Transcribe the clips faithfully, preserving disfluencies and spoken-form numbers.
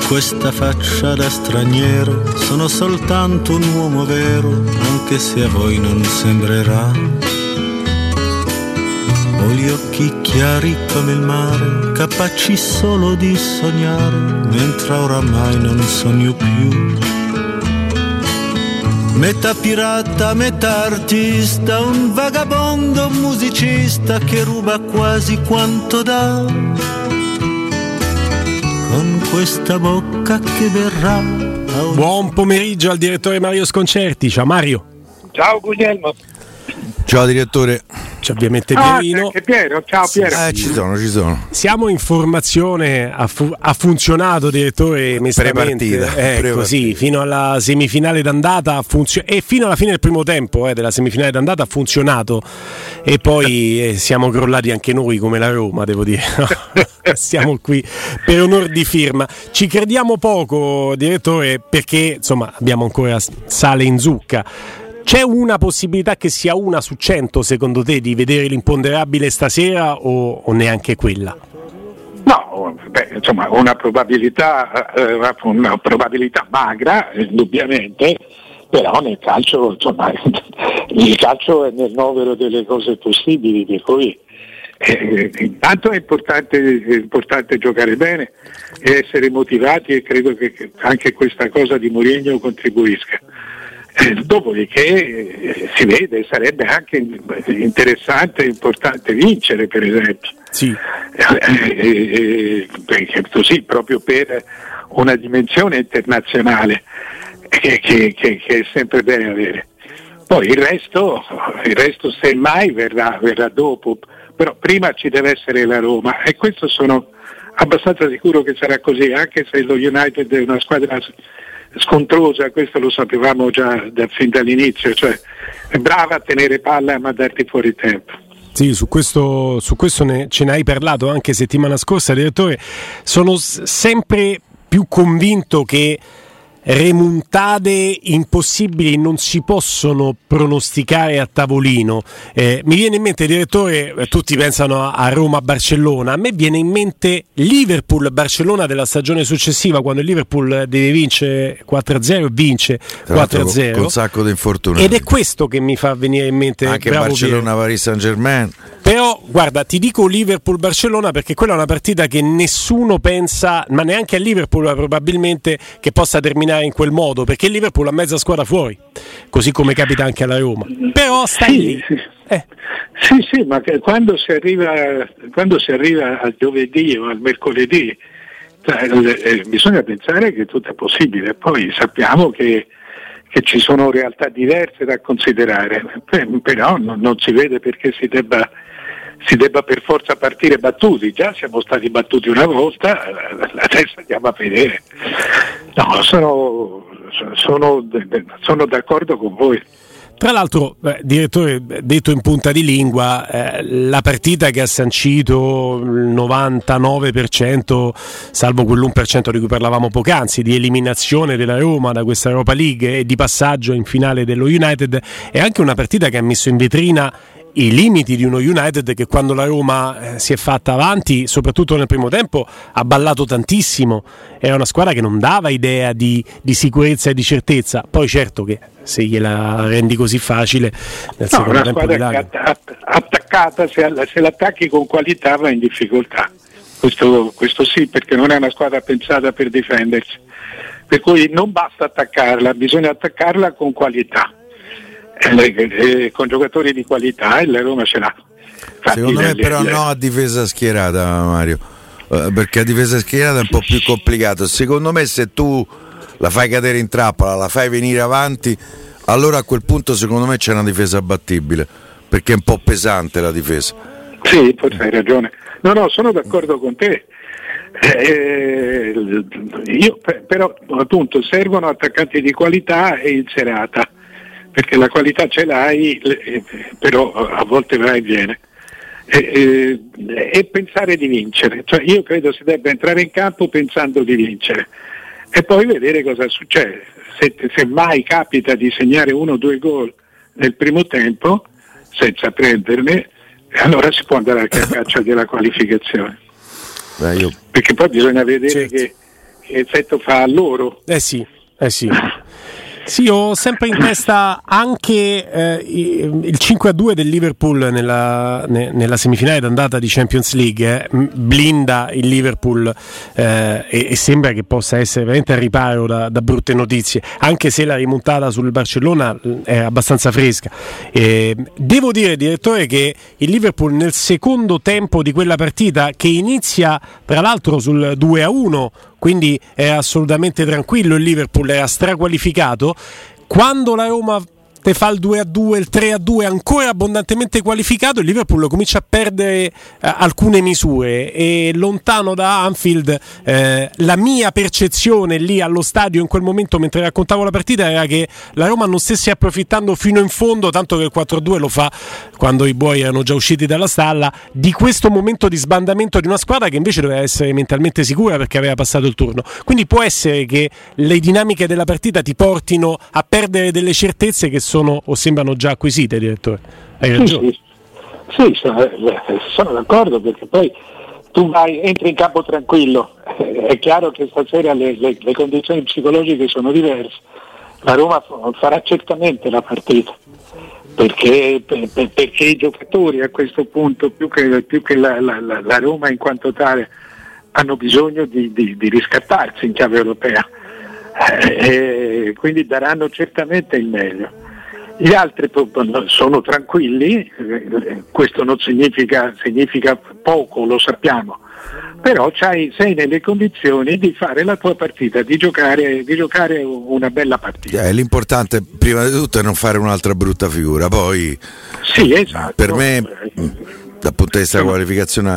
questa faccia da straniero sono soltanto un uomo vero, anche se a voi non sembrerà. Ho gli occhi chiari come il mare, capaci solo di sognare, mentre oramai non sogno più. Metà pirata, metà artista, un vagabondo musicista che ruba quasi quanto dà, con questa bocca che verrà. Un... Buon pomeriggio al direttore Mario Sconcerti. Ciao Mario. Ciao Guglielmo. Ciao direttore. C'è ovviamente ah, Pierino. C'è Piero. Ciao Piero. Eh, ci sono, ci sono. Siamo in formazione, ha, fu- ha funzionato direttore mestamente. Pre-partita. Ecco, Pre-partita. sì, fino alla semifinale d'andata ha funzio- e fino alla fine del primo tempo eh, della semifinale d'andata ha funzionato e poi eh, siamo crollati anche noi come la Roma, devo dire. Siamo qui per onor di firma. Ci crediamo poco, direttore, perché insomma abbiamo ancora sale in zucca. C'è una possibilità che sia una su cento secondo te di vedere l'imponderabile stasera o, o neanche quella? No, beh, insomma una probabilità, eh, una probabilità magra, indubbiamente, però nel calcio, insomma, il calcio è nel novero delle cose possibili, di cui eh, intanto è importante, è importante giocare bene e essere motivati, e credo che anche questa cosa di Mourinho contribuisca. Eh, dopodiché eh, si vede, sarebbe anche interessante e importante vincere, per esempio. Sì. Eh, eh, perché così, proprio per una dimensione internazionale che, che, che, che è sempre bene avere. Poi il resto, il resto semmai verrà, verrà dopo, però prima ci deve essere la Roma, e questo sono abbastanza sicuro che sarà così, anche se lo United è una squadra scontrosa, questo lo sapevamo già da, fin dall'inizio, cioè è brava a tenere palla e a mandarti fuori tempo. Sì, su questo, su questo ne, ce ne hai parlato anche settimana scorsa, direttore. Sono s- sempre più convinto che remontate impossibili non si possono pronosticare a tavolino. Eh, mi viene in mente, direttore, tutti pensano a Roma-Barcellona, a me viene in mente Liverpool-Barcellona della stagione successiva, quando il Liverpool deve vincere quattro a zero e vince quattro a zero con un sacco di infortuni, ed è questo che mi fa venire in mente anche bravo Barcellona-Paris Saint-Germain. Però guarda, ti dico Liverpool-Barcellona perché quella è una partita che nessuno pensa, ma neanche a Liverpool probabilmente, che possa terminare in quel modo, perché il Liverpool ha mezza squadra fuori, così come capita anche alla Roma. Però stai sì, lì. Sì. Eh. sì, sì, ma quando si arriva, quando si arriva al giovedì o al mercoledì, eh, bisogna pensare che tutto è possibile. Poi sappiamo che che ci sono realtà diverse da considerare, però non, non si vede perché si debba, si debba per forza partire battuti. Già siamo stati battuti una volta, adesso andiamo a vedere. No, sono, sono, sono d'accordo con voi. Tra l'altro, eh, direttore, detto in punta di lingua, eh, la partita che ha sancito il novantanove per cento, salvo quell'uno per cento di cui parlavamo poc'anzi, di eliminazione della Roma da questa Europa League e di passaggio in finale dello United, è anche una partita che ha messo in vetrina i limiti di uno United che, quando la Roma eh, si è fatta avanti, soprattutto nel primo tempo, ha ballato tantissimo. Era una squadra che non dava idea di, di sicurezza e di certezza. Poi certo che se gliela rendi così facile nel no, secondo una tempo squadra che att- attaccata, se, se l'attacchi con qualità va in difficoltà. Questo, questo sì, perché non è una squadra pensata per difendersi. Per cui non basta attaccarla, bisogna attaccarla con qualità. Eh, eh, con giocatori di qualità, e la Roma ce l'ha. Infatti, secondo me le, però le... no a difesa schierata, Mario, eh, perché a difesa schierata è un po' più complicato. Secondo me se tu la fai cadere in trappola, la fai venire avanti, allora a quel punto secondo me c'è una difesa battibile, perché è un po' pesante la difesa. Sì, forse hai ragione. No, no, sono d'accordo con te. Eh, io però appunto servono attaccanti di qualità e in serata, perché la qualità ce l'hai, però a volte va e viene. E, e, e pensare di vincere, cioè io credo si debba entrare in campo pensando di vincere e poi vedere cosa succede. Se, se mai capita di segnare uno o due gol nel primo tempo senza prenderne, allora si può andare anche a caccia della qualificazione. Beh, io... perché poi bisogna vedere certo. che, che effetto fa a loro. Eh sì, eh sì. Sì, ho sempre in testa anche eh, il cinque a due del Liverpool nella, ne, nella semifinale d'andata di Champions League, eh, blinda il Liverpool eh, e, e sembra che possa essere veramente al riparo da, da brutte notizie, anche se la rimontata sul Barcellona è abbastanza fresca. Eh, devo dire, direttore, che il Liverpool nel secondo tempo di quella partita, che inizia tra l'altro sul due a uno, quindi è assolutamente tranquillo, il Liverpool era straqualificato, quando la Roma te fa il due a due, il tre a due ancora abbondantemente qualificato, il Liverpool comincia a perdere eh, alcune misure, e lontano da Anfield eh, la mia percezione lì allo stadio in quel momento mentre raccontavo la partita era che la Roma non stesse approfittando fino in fondo, tanto che il quattro a due lo fa quando i buoi erano già usciti dalla stalla, di questo momento di sbandamento di una squadra che invece doveva essere mentalmente sicura perché aveva passato il turno. Quindi può essere che le dinamiche della partita ti portino a perdere delle certezze che sono sono o sembrano già acquisite, direttore. Hai ragione. Sì, sì, sì, sono, sono d'accordo, perché poi tu vai, entri in campo tranquillo, è chiaro che stasera le, le, le condizioni psicologiche sono diverse, la Roma farà certamente la partita, perché, per, per, perché i giocatori a questo punto, più che, più che la, la, la Roma in quanto tale, hanno bisogno di, di, di riscattarsi in chiave europea, eh, quindi daranno certamente il meglio. Gli altri sono tranquilli, questo non significa, significa poco, lo sappiamo, però c'hai, sei nelle condizioni di fare la tua partita, di giocare, di giocare una bella partita. Eh, l'importante prima di tutto è non fare un'altra brutta figura, poi sì, esatto. Per me, dal punto di vista della qualificazione,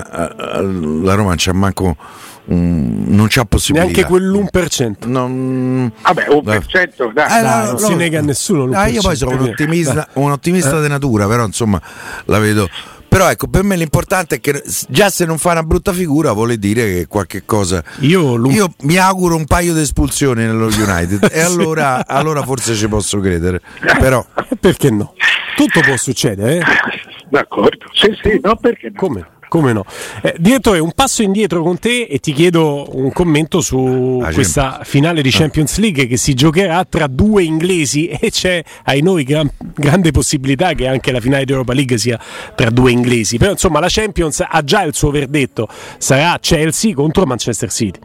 la Roma non c'è manco Mm, non c'ha possibilità, neanche quell'uno per cento. Non... Vabbè, un per cento, dai, eh, dai, no, non no, si nega a nessuno. Ah, io poi sono un ottimista, un ottimista eh. di natura, però insomma la vedo. Però ecco, per me l'importante è che già se non fa una brutta figura vuole dire che qualche cosa. Io, io mi auguro un paio di espulsioni nello United e allora, allora forse ci posso credere. Però perché no? Tutto può succedere, eh? D'accordo, sì, sì, no, perché no? Come? Come no? Eh, direttore, un passo indietro con te e ti chiedo un commento su ah, questa Champions. finale di Champions League che si giocherà tra due inglesi, e c'è ai noi gran, grande possibilità che anche la finale di Europa League sia tra due inglesi, però insomma la Champions ha già il suo verdetto, sarà Chelsea contro Manchester City.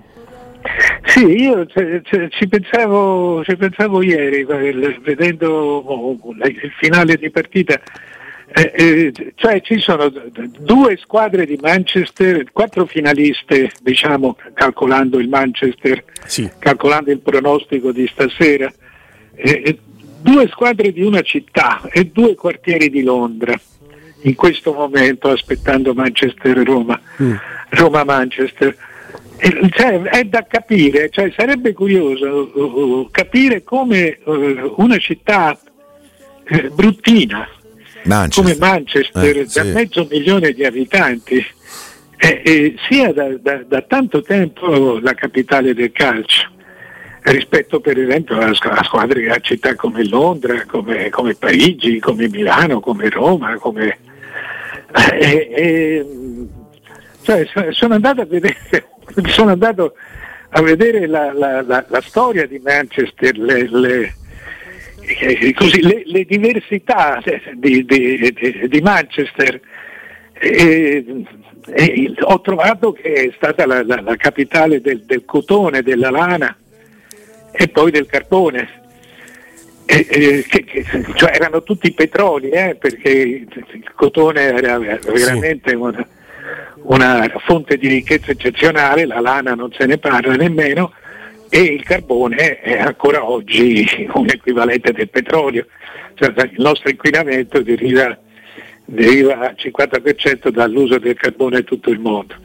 Sì, io c- c- ci pensavo ci pensavo ieri vedendo il finale di partita. Eh, eh, cioè ci sono due squadre di Manchester, quattro finaliste, diciamo, calcolando il Manchester, sì. calcolando il pronostico di stasera, eh, due squadre di una città e due quartieri di Londra in questo momento, aspettando Manchester-Roma, mm. Roma-Manchester. Eh, cioè, è da capire, cioè, sarebbe curioso uh, uh, capire come uh, una città uh, bruttina Manchester. come Manchester, eh, da sì. mezzo milione di abitanti, eh, eh, sia da, da, da tanto tempo la capitale del calcio, rispetto per esempio a, a squadre, a città come Londra, come, come Parigi, come Milano, come Roma, come eh, eh, cioè, sono andato a vedere sono andato a vedere la, la, la, la storia di Manchester, le, le Così, le, le diversità di, di, di, di Manchester, e, e ho trovato che è stata la, la, la capitale del, del cotone, della lana e poi del carbone, e, e, che, che, cioè erano tutti petroli, eh, perché il cotone era veramente sì. una, una fonte di ricchezza eccezionale, la lana non se ne parla nemmeno, e il carbone è ancora oggi un equivalente del petrolio, cioè, il nostro inquinamento deriva, deriva al cinquanta per cento dall'uso del carbone in tutto il mondo.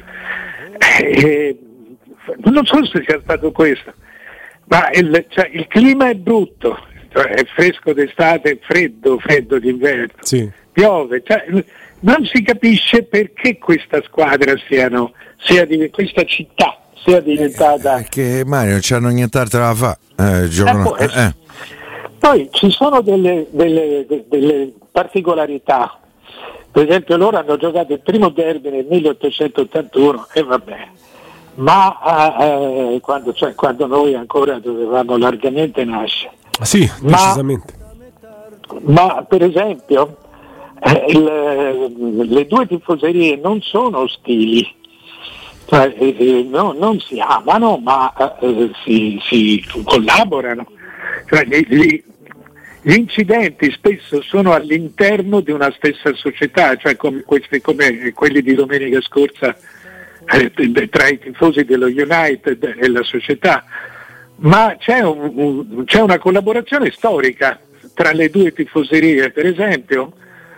E non so se sia stato questo, ma il, cioè, il clima è brutto, cioè, è fresco d'estate, freddo, freddo d'inverno, sì. piove, cioè, non si capisce perché questa squadra siano, sia di questa città sia diventata, perché Mario non c'hanno nient'altro da fare, eh, giocano... eh, eh. Poi ci sono delle, delle, delle particolarità, per esempio loro hanno giocato il primo derby nel milleottocentottantuno e vabbè, ma eh, quando, cioè, quando noi ancora dovevamo largamente nascere. Sì, ma, decisamente. Ma per esempio eh, il, le due tifoserie non sono ostili, cioè, eh, no, non si amano, ma eh, si, si collaborano. Cioè, gli, gli, gli incidenti spesso sono all'interno di una stessa società, cioè come, questi, come quelli di domenica scorsa eh, tra i tifosi dello United e la società, ma c'è, un, un, c'è una collaborazione storica tra le due tifoserie, per esempio.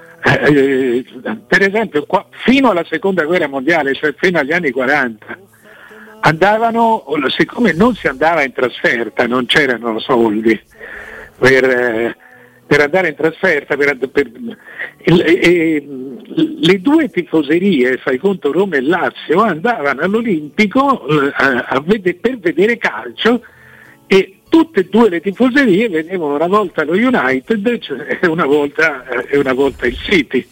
Eh, per esempio qua, fino alla seconda guerra mondiale, cioè fino agli anni quaranta, andavano, siccome non si andava in trasferta, non c'erano soldi per, eh, per andare in trasferta, per, per, il, eh, le due tifoserie, fai conto Roma e Lazio, andavano all'Olimpico eh, a vede, per vedere calcio, e tutte e due le tifoserie vedevano una volta lo United, cioè una volta, eh, una volta il City.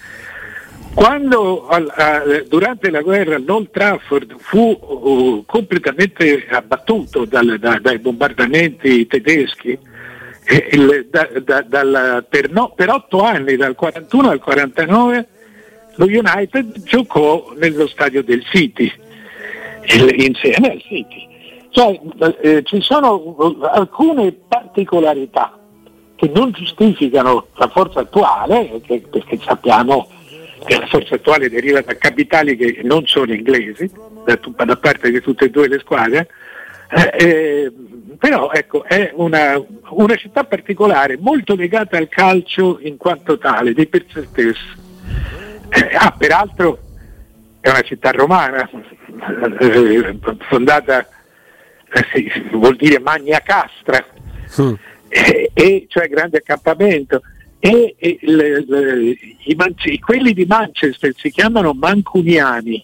Quando al, a, durante la guerra l'Old Trafford fu uh, completamente abbattuto dal, da, dai bombardamenti tedeschi, eh, il, da, da, dal, per, no, per otto anni, dal quarantuno al quarantanove, lo United giocò nello stadio del City, il, insieme al City. Cioè, eh, ci sono alcune particolarità che non giustificano la forza attuale, che, perché sappiamo che la forza attuale deriva da capitali che non sono inglesi, da, da parte di tutte e due le squadre, eh, eh, però ecco, è una, una città particolare, molto legata al calcio in quanto tale, di per sé stessa. Eh, ah, peraltro è una città romana, eh, fondata, Eh, sì, vuol dire Magna Castra, mm. e, e cioè grande accampamento, e, e le, le, i manci, quelli di Manchester si chiamano mancuniani,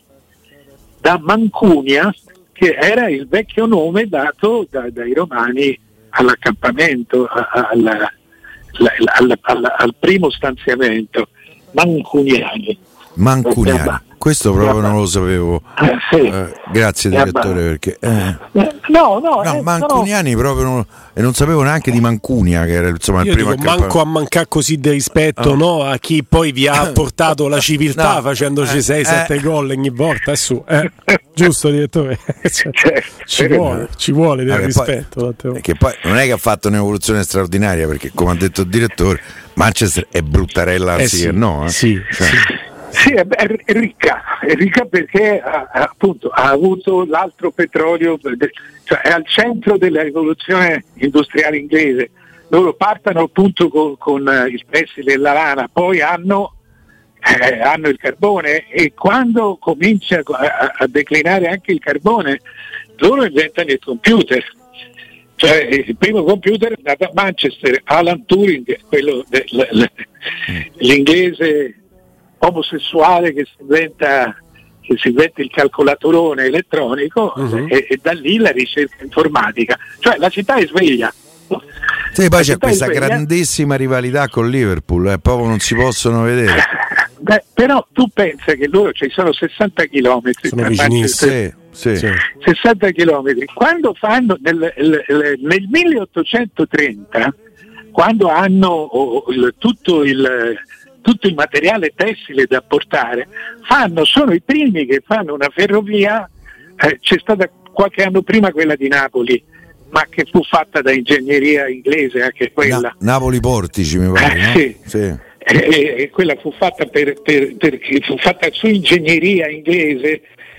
da Mancunia, che era il vecchio nome dato da, dai romani all'accampamento, alla, alla, alla, alla, al primo stanziamento. Mancuniani. Mancuniani. Questo proprio non lo sapevo. Eh, sì. eh, grazie direttore, perché eh. no, no, no eh, mancuniani sono... proprio non, e non sapevo neanche di Mancunia, che era insomma il Io primo dico, manco a mancare così di rispetto, oh. no, a chi poi vi ha portato la civiltà, no, facendoci sei sette eh. gol ogni volta, è su, eh. giusto direttore? Cioè, certo, ci vuole, ci vuole del rispetto. Poi, che poi non è che ha fatto un'evoluzione straordinaria, perché come ha detto il direttore, Manchester è bruttarella anziché eh sì, no? Eh? Sì, cioè. sì. Sì, è, è ricca, è ricca perché ha, appunto ha avuto l'altro petrolio, cioè è al centro della rivoluzione industriale inglese. Loro partono appunto con, con il tessile e la lana, poi hanno, eh, hanno il carbone, e quando comincia a, a declinare anche il carbone, loro inventano il computer. Cioè, il primo computer è andato a Manchester, Alan Turing, quello de, l, l, l'inglese omosessuale che si inventa che si inventa il calcolatorone elettronico, uh-huh. e, e da lì la ricerca informatica. Cioè la città è sveglia. Sì, poi c'è questa grandissima rivalità con Liverpool, eh, proprio non si possono vedere. Beh, però tu pensa che loro ci sono sessanta chilometri, sono vicinissimi. Sì, sì. sessanta chilometri. Quando fanno nel, nel, nel milleottocentotrenta, quando hanno oh, il, tutto il tutto il materiale tessile da portare, fanno, sono i primi che fanno una ferrovia, eh, c'è stata qualche anno prima quella di Napoli, ma che fu fatta da ingegneria inglese anche quella. Na- Napoli Portici mi pare, eh, no? Sì, sì. E, e quella fu fatta per, per, perché fu fatta su ingegneria inglese,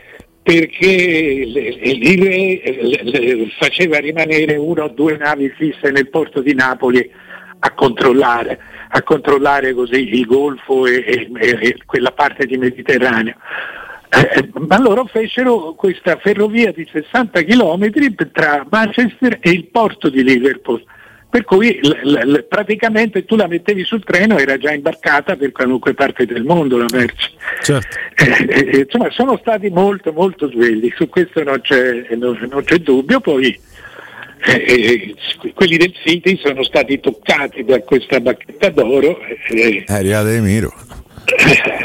perché il re faceva rimanere una o due navi fisse nel porto di Napoli a controllare, a controllare così il Golfo e, e, e quella parte di Mediterraneo. Eh, ma loro fecero questa ferrovia di sessanta chilometri tra Manchester e il porto di Liverpool, per cui l- l- praticamente tu la mettevi sul treno e era già imbarcata per qualunque parte del mondo la merce. Certo. Eh, eh, insomma, sono stati molto molto svegli, su questo non c'è, non, non c'è dubbio. Poi eh, eh, quelli del City sono stati toccati da questa bacchetta d'oro. Eh, è arrivato Emiro. Eh,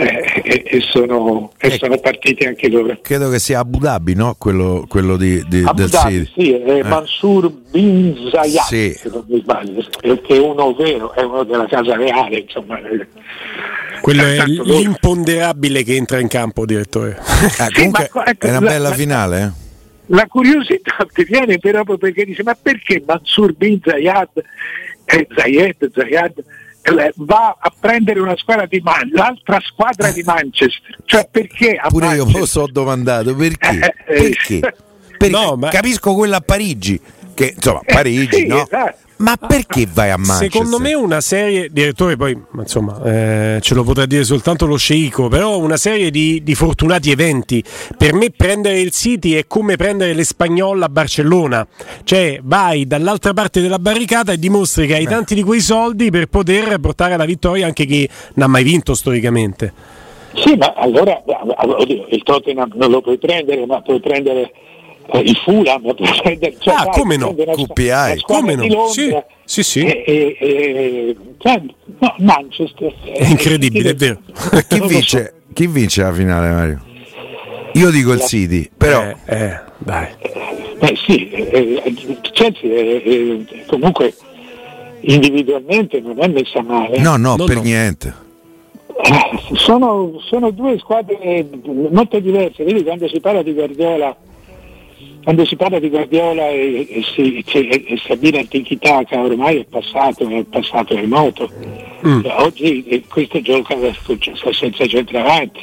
e, e, sono, e sono partiti anche loro. Credo che sia Abu Dhabi, no? Quello, quello di, di, Abu del Dhabi, City. Sì, è eh. Mansur bin Zayed, sì. se non mi sbaglio, che è uno vero, è uno della casa reale, insomma. Quello è l'imponderabile che entra in campo, direttore. Ah, comunque sì, ma, ecco, è una bella la, finale, eh? La curiosità ti viene però perché dice: ma perché Mansur bin Zayed, eh, Zayed, Zayed va a prendere una squadra di Man- l'altra squadra di Manchester, cioè perché a pure Manchester? Io me lo so domandato perché eh, perché, perché? No, ma... capisco quella a Parigi che insomma Parigi eh, sì, no esatto. Ma perché vai a Manchester? Secondo me una serie, direttore, poi insomma eh, ce lo potrà dire soltanto lo sceicco, però una serie di, di fortunati eventi. Per me prendere il City è come prendere l'Espanyol a Barcellona, cioè vai dall'altra parte della barricata e dimostri che hai Beh. tanti di quei soldi per poter portare alla vittoria anche chi non ha mai vinto storicamente. Sì, ma allora oddio, il Tottenham non lo puoi prendere, ma puoi prendere il Fulham, cioè, ah dai, come no, Q P I, come no, Londra, sì, sì, sì. E, e, e, cioè, no, Manchester è incredibile, è vero. Chi vince, so. chi vince la finale, Mario? Io dico il City, però eh, eh, dai. Eh, sì, eh, Chelsea eh, eh, comunque individualmente non è messa male. No, no, no per no. niente. Eh, sono, sono due squadre molto diverse, vedi quando si parla di Guardiola Quando si parla di Guardiola e, e, si, e, e Sabina Tiki-Taka ormai è passato, è passato remoto. Mm. Oggi eh, questo gioca senza centravanti,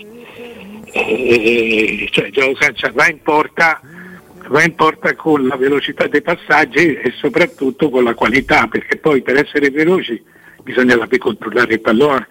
eh, cioè gioca, cioè, va in porta, va in porta con la velocità dei passaggi e soprattutto con la qualità, perché poi per essere veloci bisogna saper controllare il pallone.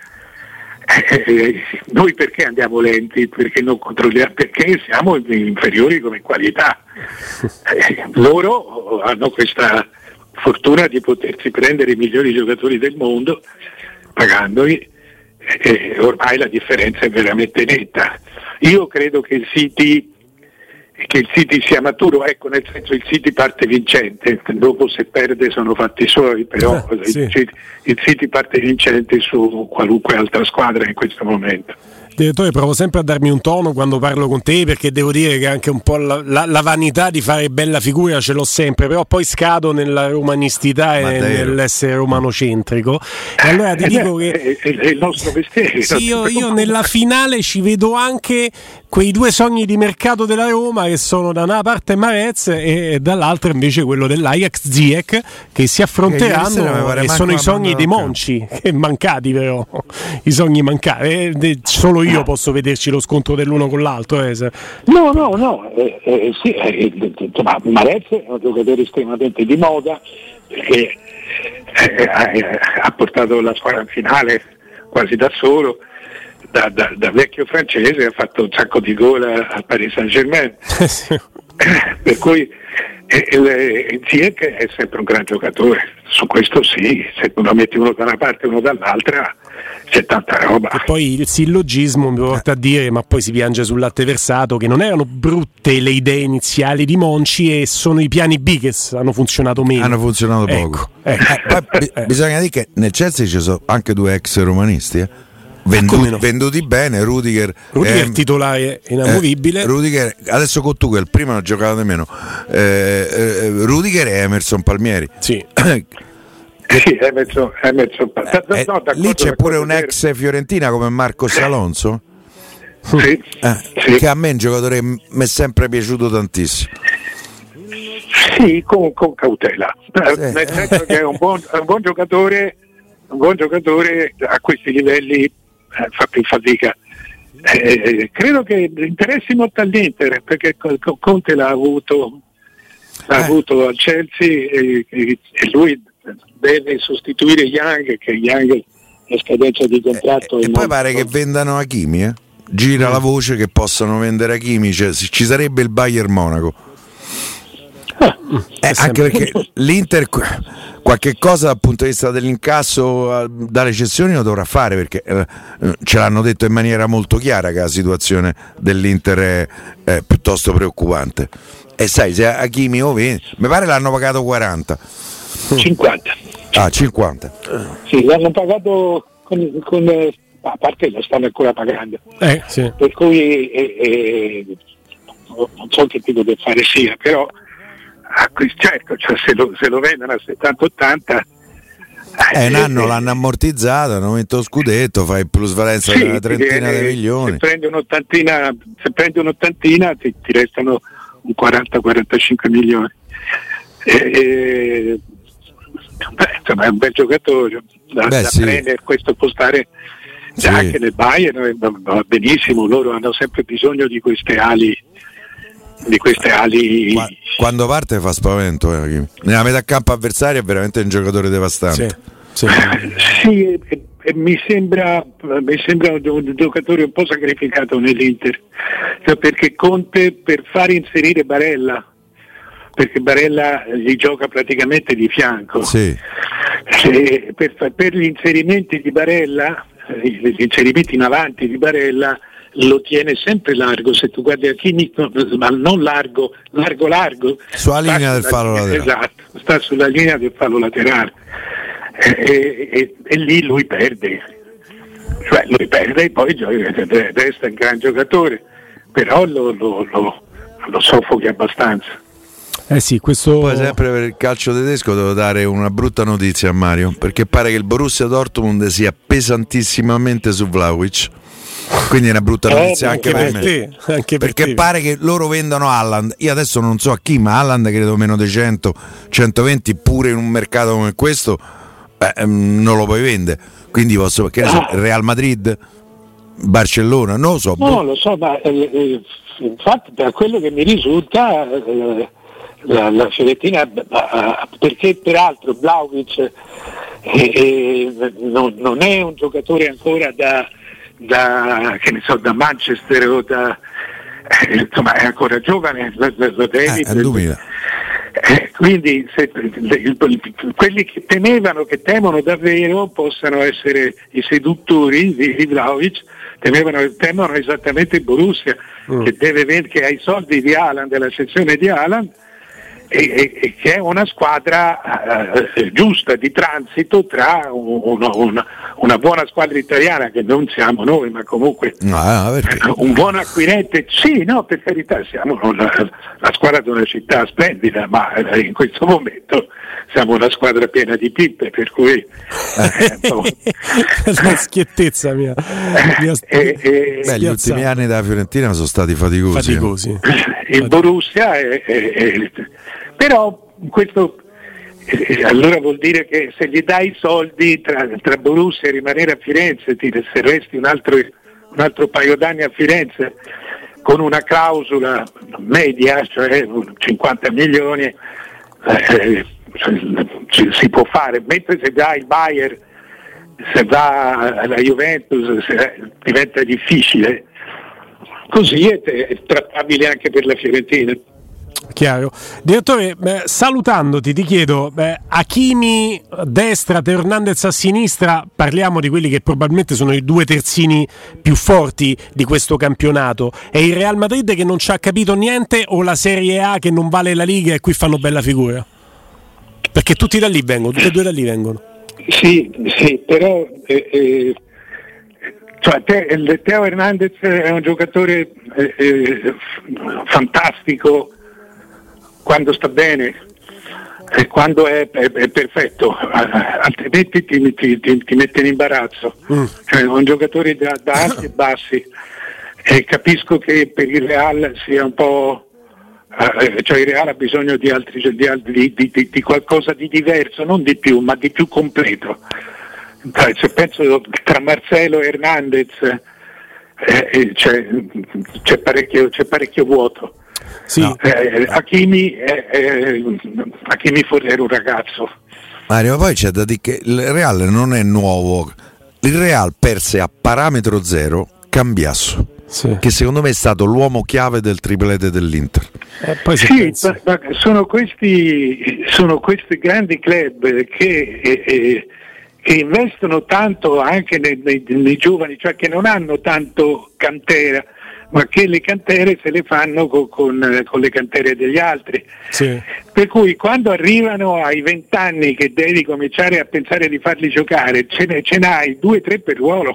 Eh, noi perché andiamo lenti? Perché non controlliamo? Perché siamo inferiori come qualità. Eh, loro hanno questa fortuna di potersi prendere i migliori giocatori del mondo pagandoli, e eh, ormai la differenza è veramente netta. Io credo che il City che il City sia maturo, ecco, nel senso il City parte vincente, dopo se perde sono fatti suoi, però eh, sì. il, City, il City parte vincente su qualunque altra squadra in questo momento. Direttore, provo sempre a darmi un tono quando parlo con te, perché devo dire che anche un po' la, la, la vanità di fare bella figura ce l'ho sempre, però poi scado nella romanistica e nell'essere romanocentrico. E allora ti eh, dico è, che è, è il nostro mestiere. Sì, io, io nella finale ci vedo anche quei due sogni di mercato della Roma, che sono da una parte Marez e dall'altra invece quello dell'Ajax Ziyech, che si affronteranno e sono i sogni dei Monci, che mancati però, i sogni mancati. Solo io posso vederci lo scontro dell'uno con l'altro. Eh. No, no, no, eh, eh, sì, eh, ma Marez è un giocatore estremamente di moda, perché eh, ha portato la squadra in finale quasi da solo. Da, da, da vecchio francese ha fatto un sacco di gol al Paris Saint-Germain. Per cui Ziyech è sempre un gran giocatore, su questo sì, se tu lo metti uno da una parte e uno dall'altra c'è tanta roba. E poi il sillogismo mi porta a dire, ma poi si piange sul latte versato, che non erano brutte le idee iniziali di Monci e sono i piani B che hanno funzionato meno. Hanno funzionato poco. Ecco, ecco. Eh, poi, eh. Bisogna dire che nel Chelsea ci sono anche due ex romanisti, eh? Venduti, no? venduti bene. Rudiger Rudiger eh, titolare inamovibile, eh, Rudiger adesso con tu, che il primo non ha giocato nemmeno, eh, eh, Rudiger e Emerson Palmieri. Sì. Sì, Emerson, Emerson. Eh, no, lì c'è pure un ex Fiorentina come Marcos Alonso, sì, eh, sì. che a me è un giocatore mi è sempre piaciuto tantissimo. Sì, con, con cautela, sì. Nel senso che è un buon, un buon giocatore, un buon giocatore a questi livelli eh, fa più fatica. Eh, credo che interessi molto all'Inter, perché Conte l'ha avuto, l'ha eh. avuto al Chelsea e, e, e lui deve sostituire Young, che Young è scadenza di contratto. E, e poi pare che vendano Hakimi, eh? Gira mm. la voce che possano vendere Hakimi, cioè, ci sarebbe il Bayern Monaco. Ah, eh, anche perché l'Inter qualche cosa dal punto di vista dell'incasso dalle cessioni lo dovrà fare, perché eh, ce l'hanno detto in maniera molto chiara che la situazione dell'Inter è, è piuttosto preoccupante. E sai, se Hakimi o venti, mi pare l'hanno pagato quaranta. cinquanta. Ah, cinquanta. Sì, l'hanno pagato con, con a parte lo stanno ancora pagando, eh, sì. per cui eh, eh, non so che tipo di fare sia, però certo, cioè, se, lo, se lo vendono a settanta ottanta eh, un anno eh, l'hanno ammortizzato, hanno vinto lo scudetto, fai plusvalenza sì, di una trentina eh, di milioni. Se prendi un'ottantina, se prendi un'ottantina ti, ti restano un quaranta quarantacinque milioni. Eh, eh, beh, insomma, è un bel giocatore da, beh, da sì. prendere, questo può stare sì. anche nel Bayern, va benissimo, loro hanno sempre bisogno di queste ali. di queste ali Qua, quando parte fa spavento, eh. Nella metà campo avversaria è veramente un giocatore devastante. Sì, sì. sì e, e mi sembra mi sembra un, un giocatore un po' sacrificato nell'Inter, cioè, perché Conte per far inserire Barella, perché Barella gli gioca praticamente di fianco, sì. cioè, per, per gli inserimenti di Barella, gli inserimenti in avanti di Barella lo tiene sempre largo, se tu guardi Hakimi, ma non largo, largo largo. Sulla linea del fallo laterale. Esatto, sta sulla linea del fallo laterale. E, e, e, e lì lui perde. Cioè lui perde e poi resta un gran giocatore, però lo, lo, lo, lo soffochi abbastanza. Eh sì, questo... Poi sempre per il calcio tedesco devo dare una brutta notizia a Mario, perché pare che il Borussia Dortmund sia pesantissimamente su Vlahovic. Quindi è una brutta notizia eh, anche, anche per, per me te, anche per perché te. Pare che loro vendano Haaland, io adesso non so a chi, ma Haaland credo meno di cento centoventi pure in un mercato come questo eh, non lo puoi vendere, quindi posso, che ne so, Real Madrid, Barcellona, non lo so. No, lo so, ma eh, eh, infatti da quello che mi risulta eh, la, la Fiorentina, eh, perché peraltro Vlahovic eh, eh, non, non è un giocatore ancora da da che ne so da Manchester o da eh, insomma è ancora giovane lo, lo David, eh, eh, quindi se, il, il, quelli che temevano che temono davvero possano essere i seduttori di, di Vlahovic, temevano, temono esattamente il Borussia mm. che deve che ha i soldi di Haaland, della sezione di Haaland e, e, e che è una squadra eh, giusta di transito tra un, un, un, una buona squadra italiana che non siamo noi, ma comunque no, no, un buon acquirente, sì, no, per carità, siamo una, la squadra di una città splendida, ma in questo momento siamo una squadra piena di pippe, per cui eh, no. la schiettezza mia, mia st- eh, eh, beh, gli ultimi anni della Fiorentina sono stati faticosi, faticosi. Eh. Il Borussia è, è, è però questo eh, allora vuol dire che se gli dai i soldi tra, tra Borussia e rimanere a Firenze ti resteresti un altro, un altro paio d'anni a Firenze con una clausola media, cioè cinquanta milioni, eh, ci, si può fare, mentre se dai il Bayern, se va alla Juventus se, diventa difficile, così è, è trattabile anche per la Fiorentina. Chiaro. Direttore, beh, salutandoti ti chiedo, beh, Hakimi a destra, Teo Hernandez a sinistra, parliamo di quelli che probabilmente sono i due terzini più forti di questo campionato. È il Real Madrid che non ci ha capito niente o la Serie A che non vale la Liga e qui fanno bella figura? Perché tutti da lì vengono, tutti e due da lì vengono. Sì, sì, però eh, eh, cioè, te, Teo Hernandez è un giocatore eh, eh, fantastico quando sta bene e quando è, è, è perfetto, altrimenti ti, ti, ti, ti mette in imbarazzo. Mm. Cioè, un giocatore da, da alti e bassi, e capisco che per il Real sia un po', eh, cioè il Real ha bisogno di, altri, di, altri, di, di, di qualcosa di diverso, non di più, ma di più completo. Se penso tra Marcelo e Hernandez eh, c'è, c'è, parecchio, c'è parecchio vuoto. Sì. No. Eh, Hakimi, eh, eh, Hakimi forse era un ragazzo. Mario, poi c'è da dire che il Real non è nuovo. Il Real perse a parametro zero Cambiasso, sì, che secondo me è stato l'uomo chiave del triplete dell'Inter. Eh, poi sì, ma, ma sono questi sono questi grandi club che, eh, eh, che investono tanto anche nei, nei, nei giovani, cioè che non hanno tanto cantera, ma che le cantere se le fanno con, con, con le cantere degli altri. Sì. Per cui quando arrivano ai vent'anni che devi cominciare a pensare di farli giocare, ce ne, ce n'hai due o tre per ruolo.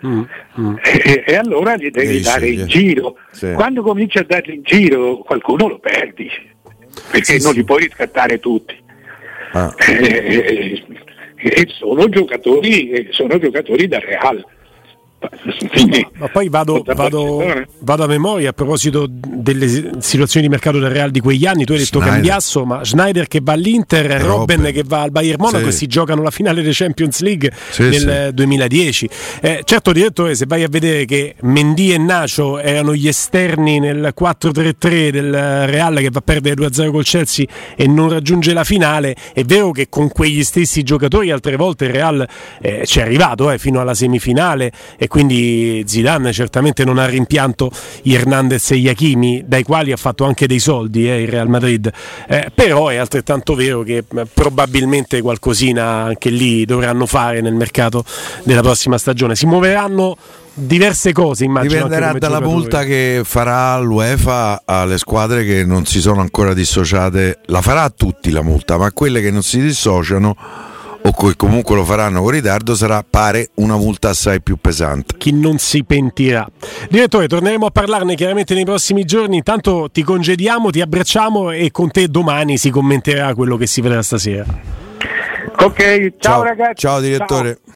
mm, mm. E, e allora gli devi Devi dare scegliere. in giro. Sì. Quando cominci a dargli in giro qualcuno lo perdi, perché Sì, non sì. li puoi riscattare tutti. Ah. E, e sono giocatori sono giocatori da Real. Quindi, Ma poi vado, vado, vado a memoria a proposito delle situazioni di mercato del Real di quegli anni. Tu hai detto Schneider. Cambiasso, ma Schneider che va all'Inter, Robben, Robben che va al Bayern Monaco, Sì. e si giocano la finale dei Champions League Sì, nel sì. duemiladieci. Eh, certo, direttore, se vai a vedere che Mendy e Nacho erano gli esterni nel quattro tre tre del Real che va a perdere due a zero col Chelsea e non raggiunge la finale, è vero che con quegli stessi giocatori altre volte il Real eh, ci è arrivato eh, fino alla semifinale, e quindi Zidane certamente non ha rimpianto Hernandez e Hakimi, dai quali ha fatto anche dei soldi eh, il Real Madrid, eh, però è altrettanto vero che eh, probabilmente qualcosina anche lì dovranno fare nel mercato della prossima stagione. Si muoveranno diverse cose, immagino. Dipenderà anche come dalla giocatori. multa che farà l'UEFA alle squadre che non si sono ancora dissociate. La farà a tutti la multa, ma quelle che non si dissociano o che comunque lo faranno con ritardo sarà, pare, una multa assai più pesante. Chi non si pentirà. Direttore, torneremo a parlarne chiaramente nei prossimi giorni. Intanto ti congediamo, ti abbracciamo e con te domani si commenterà quello che si vedrà stasera. Ok, ciao, Ciao, ragazzi. ciao direttore. Ciao.